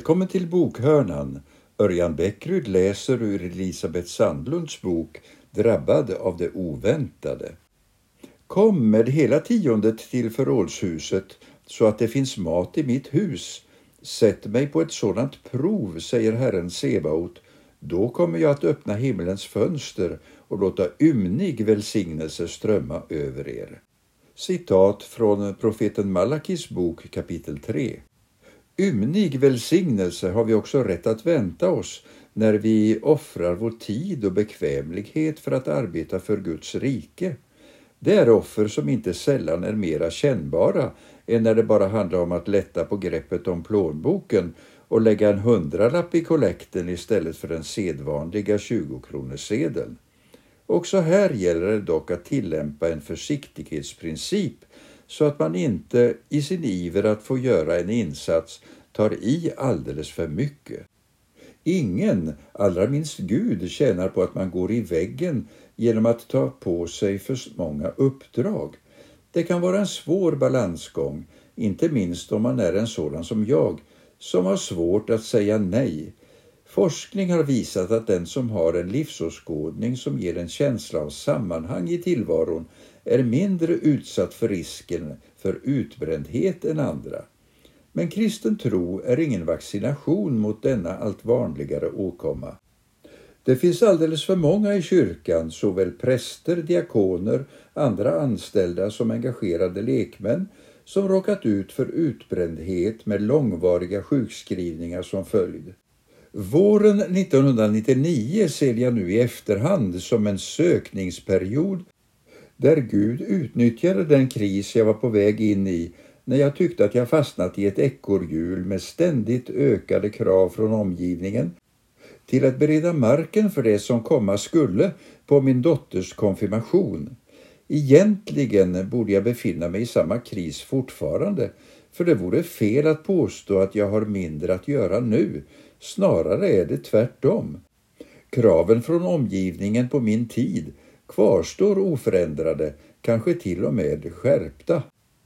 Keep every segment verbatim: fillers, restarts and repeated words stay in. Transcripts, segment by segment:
Välkommen till Bokhörnan. Örjan Bäckryd läser ur Elisabeth Sandlunds bok Drabbad av det oväntade. Kom med hela tiondet till förrådshuset så att det finns mat i mitt hus. Sätt mig på ett sådant prov, säger Herren Sebaot. Då kommer jag att öppna himmelens fönster och låta ymnig välsignelse strömma över er. Citat från profeten Malakis bok kapitel tre. Ymnig välsignelse har vi också rätt att vänta oss när vi offrar vår tid och bekvämlighet för att arbeta för Guds rike. Det är offer som inte sällan är mera kännbara än när det bara handlar om att lätta på greppet om plånboken och lägga en hundralapp i kollekten istället för den sedvanliga tjugokronorssedeln. Också här gäller det dock att tillämpa en försiktighetsprincip så att man inte i sin iver att få göra en insats tar i alldeles för mycket. Ingen, allra minst Gud, tjänar på att man går i väggen genom att ta på sig för många uppdrag. Det kan vara en svår balansgång, inte minst om man är en sådan som jag, som har svårt att säga nej. Forskning har visat att den som har en livsåskådning som ger en känsla av sammanhang i tillvaron är mindre utsatt för risken för utbrändhet än andra. Men kristen tro är ingen vaccination mot denna allt vanligare åkomma. Det finns alldeles för många i kyrkan, såväl präster, diakoner, andra anställda som engagerade lekmän, som råkat ut för utbrändhet med långvariga sjukskrivningar som följd. Våren nittonhundranittionio ser jag nu i efterhand som en sökningsperiod där Gud utnyttjade den kris jag var på väg in i när jag tyckte att jag fastnat i ett ekorrhjul med ständigt ökade krav från omgivningen till att bereda marken för det som komma skulle på min dotters konfirmation. Egentligen borde jag befinna mig i samma kris fortfarande, för det vore fel att påstå att jag har mindre att göra nu. Snarare är det tvärtom. Kraven från omgivningen på min tid kvarstår oförändrade, kanske till och med skärpta.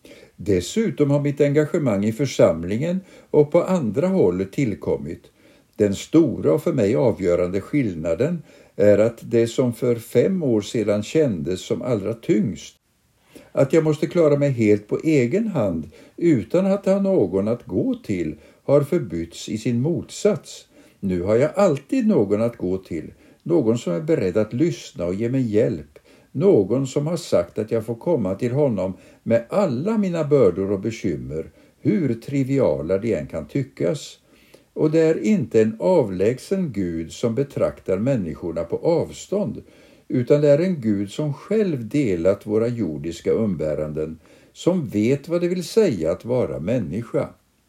Dessutom har mitt engagemang i församlingen och på andra håll tillkommit. Den stora och för mig avgörande skillnaden är att det som för fem år sedan kändes som allra tyngst, att jag måste klara mig helt på egen hand utan att ha någon att gå till, har förbytts i sin motsats. Nu har jag alltid någon att gå till, någon som är beredd att lyssna och ge mig hjälp, någon som har sagt att jag får komma till honom med alla mina bördor och bekymmer, hur triviala de än kan tyckas. Och det är inte en avlägsen Gud som betraktar människorna på avstånd, utan det är en Gud som själv delat våra jordiska umbäranden, som vet vad det vill säga att vara människa.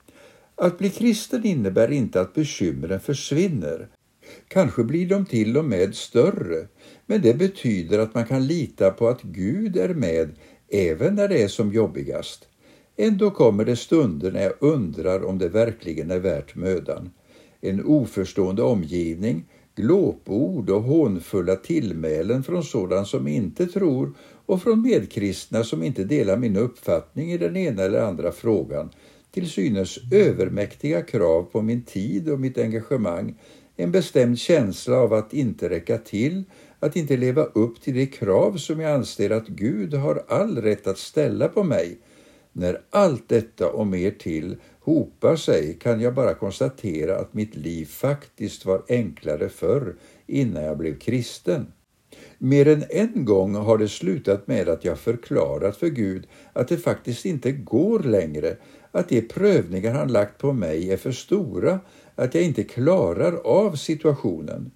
Att bli kristen innebär inte att bekymren försvinner. Kanske blir de till och med större, men det betyder att man kan lita på att Gud är med även när det är som jobbigast. Ändå kommer det stunder när jag undrar om det verkligen är värt mödan. En oförstående omgivning, glåpord och hånfulla tillmälen från sådana som inte tror och från medkristna som inte delar min uppfattning i den ena eller andra frågan, till synes övermäktiga krav på min tid och mitt engagemang, en bestämd känsla av att inte räcka till, att inte leva upp till de krav som jag anser att Gud har all rätt att ställa på mig. När allt detta och mer till hopar sig kan jag bara konstatera att mitt liv faktiskt var enklare förr innan jag blev kristen. Mer än en gång har det slutat med att jag förklarat för Gud att det faktiskt inte går längre, att de prövningar han lagt på mig är för stora, att jag inte klarar av situationen.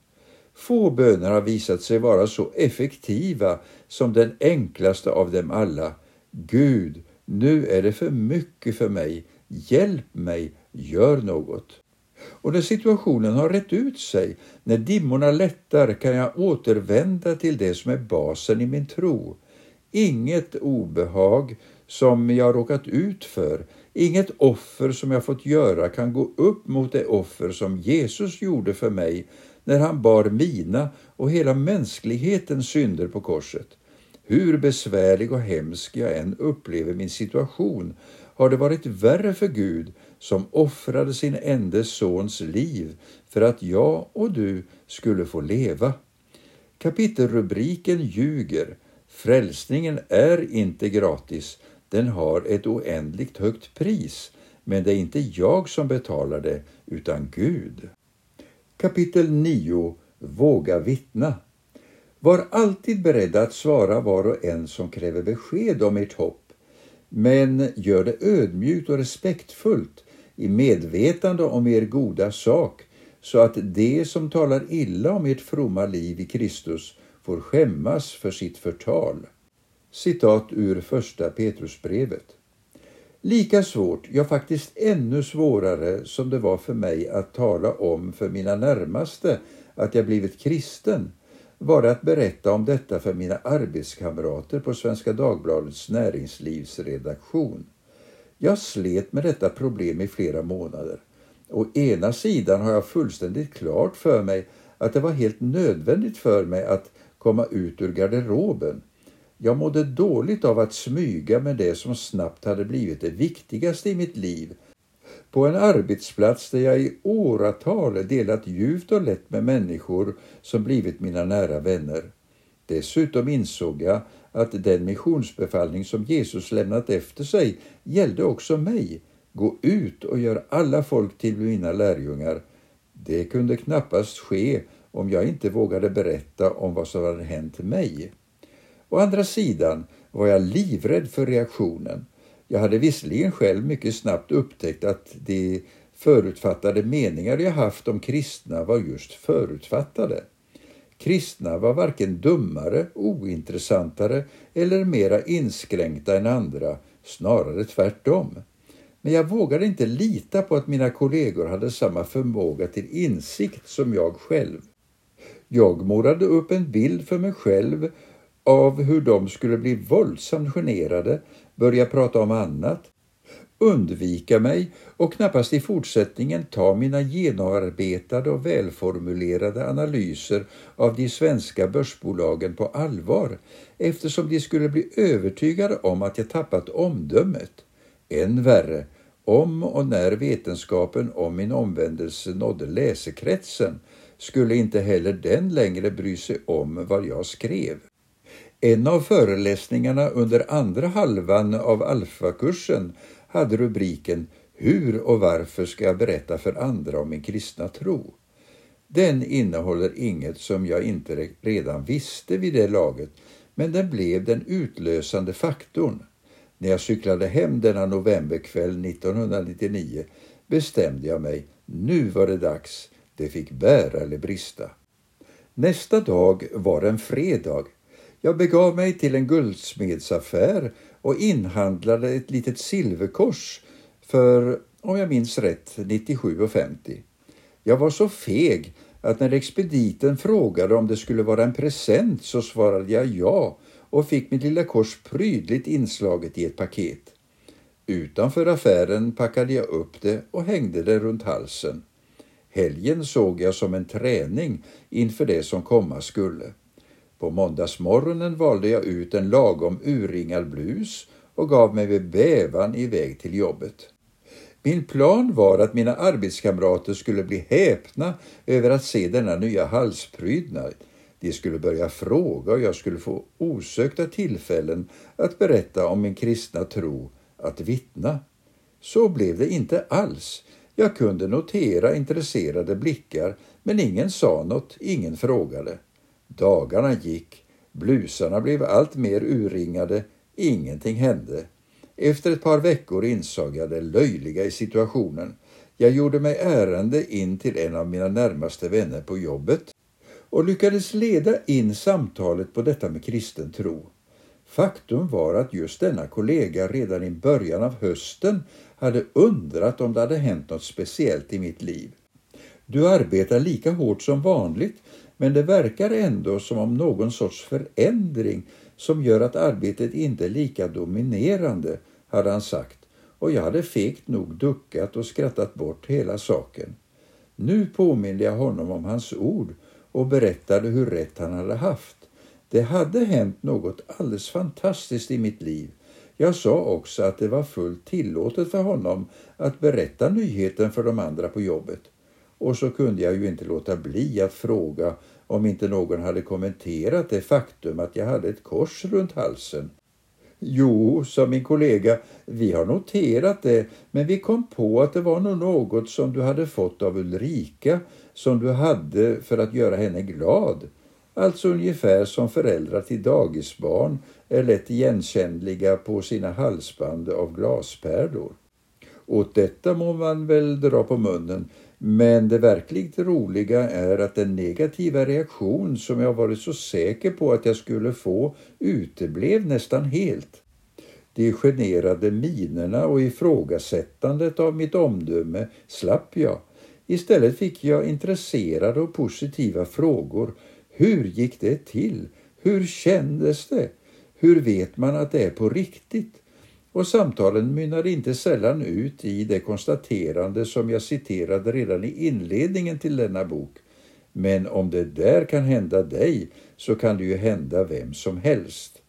Få böner har visat sig vara så effektiva som den enklaste av dem alla. Gud, nu är det för mycket för mig. Hjälp mig, gör något. Och när situationen har rätt ut sig, när dimmorna lättar, kan jag återvända till det som är basen i min tro. Inget obehag som jag råkat ut för, inget offer som jag fått göra kan gå upp mot det offer som Jesus gjorde för mig när han bar mina och hela mänsklighetens synder på korset. Hur besvärlig och hemsk jag än upplever min situation har det varit värre för Gud som offrade sin enda sons liv för att jag och du skulle få leva. Kapitelrubriken ljuger. Frälsningen är inte gratis. Den har ett oändligt högt pris, men det är inte jag som betalar det, utan Gud. Kapitel nio. Våga vittna. Var alltid beredda att svara var och en som kräver besked om ert hopp, men gör det ödmjukt och respektfullt i medvetande om er goda sak, så att de som talar illa om ert fromma liv i Kristus får skämmas för sitt förtal. Citat ur första Petrusbrevet. Lika svårt, ja faktiskt ännu svårare som det var för mig att tala om för mina närmaste att jag blivit kristen, var att berätta om detta för mina arbetskamrater på Svenska Dagbladets näringslivsredaktion. Jag slet med detta problem i flera månader. Å ena sidan har jag fullständigt klart för mig att det var helt nödvändigt för mig att komma ut ur garderoben. Jag mådde dåligt av att smyga med det som snabbt hade blivit det viktigaste i mitt liv. På en arbetsplats där jag i åratal delat djupt och lätt med människor som blivit mina nära vänner. Dessutom insåg jag att den missionsbefallning som Jesus lämnat efter sig gällde också mig. Gå ut och gör alla folk till mina lärjungar. Det kunde knappast ske om jag inte vågade berätta om vad som hade hänt mig. Å andra sidan var jag livrädd för reaktionen. Jag hade visserligen själv mycket snabbt upptäckt att de förutfattade meningar jag haft om kristna var just förutfattade. Kristna var varken dummare, ointressantare eller mera inskränkta än andra, snarare tvärtom. Men jag vågade inte lita på att mina kollegor hade samma förmåga till insikt som jag själv. Jag målade upp en bild för mig själv av hur de skulle bli våldsamt generade, börja prata om annat, undvika mig och knappast i fortsättningen ta mina genomarbetade och välformulerade analyser av de svenska börsbolagen på allvar, eftersom de skulle bli övertygade om att jag tappat omdömet. Än värre, om och när vetenskapen om min omvändelse nådde läsekretsen, skulle inte heller den längre bry sig om vad jag skrev. En av föreläsningarna under andra halvan av alfakursen hade rubriken Hur och varför ska jag berätta för andra om min kristna tro? Den innehåller inget som jag inte redan visste vid det laget, men den blev den utlösande faktorn. När jag cyklade hem denna novemberkväll nittonhundranittionio bestämde jag mig, nu var det dags, det fick bära eller brista. Nästa dag var en fredag. Jag begav mig till en guldsmedsaffär och inhandlade ett litet silverkors för, om jag minns rätt, nittiosju femtio. Jag var så feg att när expediten frågade om det skulle vara en present så svarade jag ja och fick mitt lilla kors prydligt inslaget i ett paket. Utanför affären packade jag upp det och hängde det runt halsen. Helgen såg jag som en träning inför det som komma skulle. På måndagsmorgonen valde jag ut en lagom urringad blus och gav mig med bävan iväg till jobbet. Min plan var att mina arbetskamrater skulle bli häpna över att se denna nya halsprydnad. De skulle börja fråga och jag skulle få osökta tillfällen att berätta om min kristna tro, att vittna. Så blev det inte alls. Jag kunde notera intresserade blickar, men ingen sa något, ingen frågade. Dagarna gick, blusarna blev allt mer urringade, ingenting hände. Efter ett par veckor insåg jag det löjliga i situationen. Jag gjorde mig ärende in till en av mina närmaste vänner på jobbet och lyckades leda in samtalet på detta med kristen tro. Faktum var att just denna kollega redan i början av hösten hade undrat om det hade hänt något speciellt i mitt liv. Du arbetar lika hårt som vanligt, men det verkar ändå som om någon sorts förändring som gör att arbetet inte är lika dominerande, hade han sagt, och jag hade fegt nog duckat och skrattat bort hela saken. Nu påminde jag honom om hans ord och berättade hur rätt han hade haft. Det hade hänt något alldeles fantastiskt i mitt liv. Jag sa också att det var fullt tillåtet för honom att berätta nyheten för de andra på jobbet. Och så kunde jag ju inte låta bli att fråga om inte någon hade kommenterat det faktum att jag hade ett kors runt halsen. Jo, sa min kollega, vi har noterat det, men vi kom på att det var nog något som du hade fått av Ulrika, som du hade för att göra henne glad. Alltså ungefär som föräldrar till dagisbarn är lätt igenkännliga på sina halsband av glaspärlor. Åt detta må man väl dra på munnen, men det verkligt roliga är att den negativa reaktion som jag varit så säker på att jag skulle få uteblev nästan helt. De generade minerna och ifrågasättandet av mitt omdöme slapp jag. Istället fick jag intresserade och positiva frågor. Hur gick det till? Hur kändes det? Hur vet man att det är på riktigt? Och samtalen mynnade inte sällan ut i det konstaterande som jag citerade redan i inledningen till denna bok. Men om det där kan hända dig, så kan det ju hända vem som helst.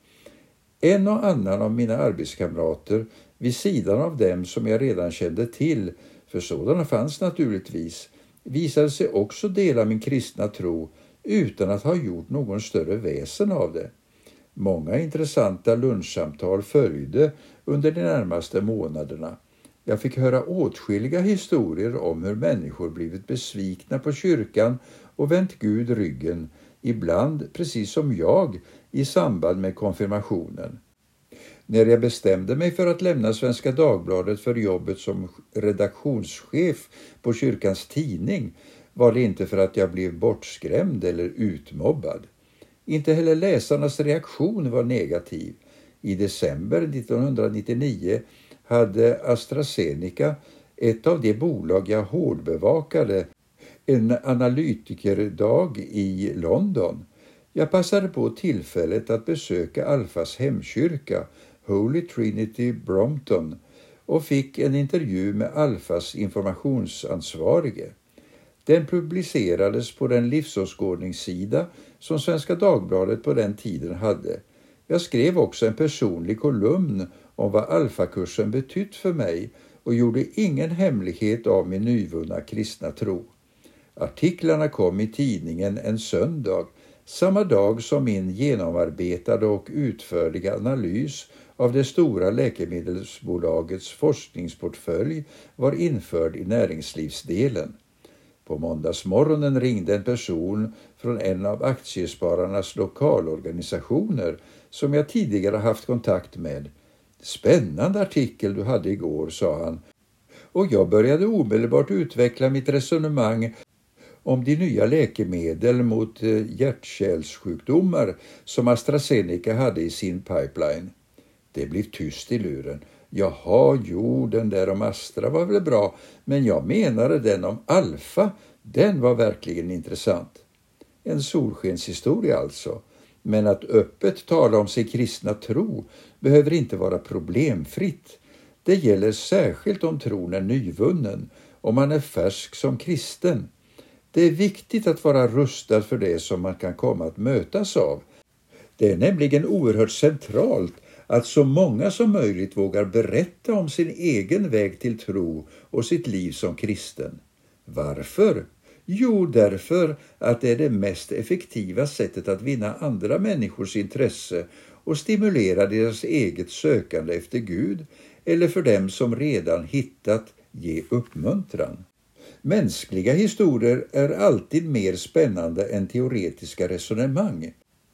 En och annan av mina arbetskamrater, vid sidan av dem som jag redan kände till, för sådana fanns naturligtvis, visade sig också dela min kristna tro utan att ha gjort någon större väsen av det. Många intressanta lunchsamtal följde under de närmaste månaderna. Jag fick höra åtskilliga historier om hur människor blivit besvikna på kyrkan och vänt Gud ryggen, ibland precis som jag i samband med konfirmationen. När jag bestämde mig för att lämna Svenska Dagbladet för jobbet som redaktionschef på kyrkans tidning var det inte för att jag blev bortskrämd eller utmobbad. Inte heller läsarnas reaktion var negativ. I december nittonhundranittionio hade AstraZeneca, ett av de bolag jag hårdbevakade, en analytikerdag i London. Jag passade på tillfället att besöka Alfas hemkyrka, Holy Trinity Brompton, och fick en intervju med Alfas informationsansvarige. Den publicerades på den livsåskådningssida som Svenska Dagbladet på den tiden hade. Jag skrev också en personlig kolumn om vad alfakursen betytt för mig och gjorde ingen hemlighet av min nyvunna kristna tro. Artiklarna kom i tidningen en söndag, samma dag som min genomarbetade och utförliga analys av det stora läkemedelsbolagets forskningsportfölj var införd i näringslivsdelen. På måndagsmorgonen ringde en person från en av aktiespararnas lokalorganisationer som jag tidigare haft kontakt med. Spännande artikel du hade igår, sa han. Och jag började omedelbart utveckla mitt resonemang om de nya läkemedel mot hjärtkärlsjukdomar som AstraZeneca hade i sin pipeline. Det blev tyst i luren. Jaha, jo, den där om Astra var väl bra, men jag menade den om Alfa, den var verkligen intressant. En solskenshistoria alltså, men att öppet tala om sin kristna tro behöver inte vara problemfritt. Det gäller särskilt om tron är nyvunnen, om man är färsk som kristen. Det är viktigt att vara rustad för det som man kan komma att mötas av. Det är nämligen oerhört centralt att så många som möjligt vågar berätta om sin egen väg till tro och sitt liv som kristen. Varför? Jo, därför att det är det mest effektiva sättet att vinna andra människors intresse och stimulera deras eget sökande efter Gud, eller för dem som redan hittat, ge uppmuntran. Mänskliga historier är alltid mer spännande än teoretiska resonemang.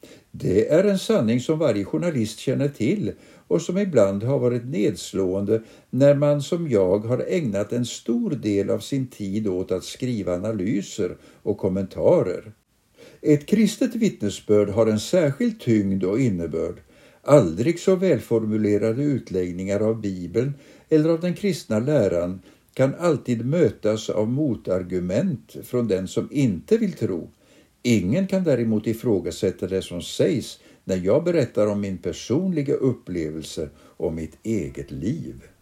Det är en sanning som varje journalist känner till och som ibland har varit nedslående när man som jag har ägnat en stor del av sin tid åt att skriva analyser och kommentarer. Ett kristet vittnesbörd har en särskild tyngd och innebörd. Aldrig så välformulerade utläggningar av Bibeln eller av den kristna läran kan alltid mötas av motargument från den som inte vill tro. Ingen kan däremot ifrågasätta det som sägs när jag berättar om min personliga upplevelse och mitt eget liv.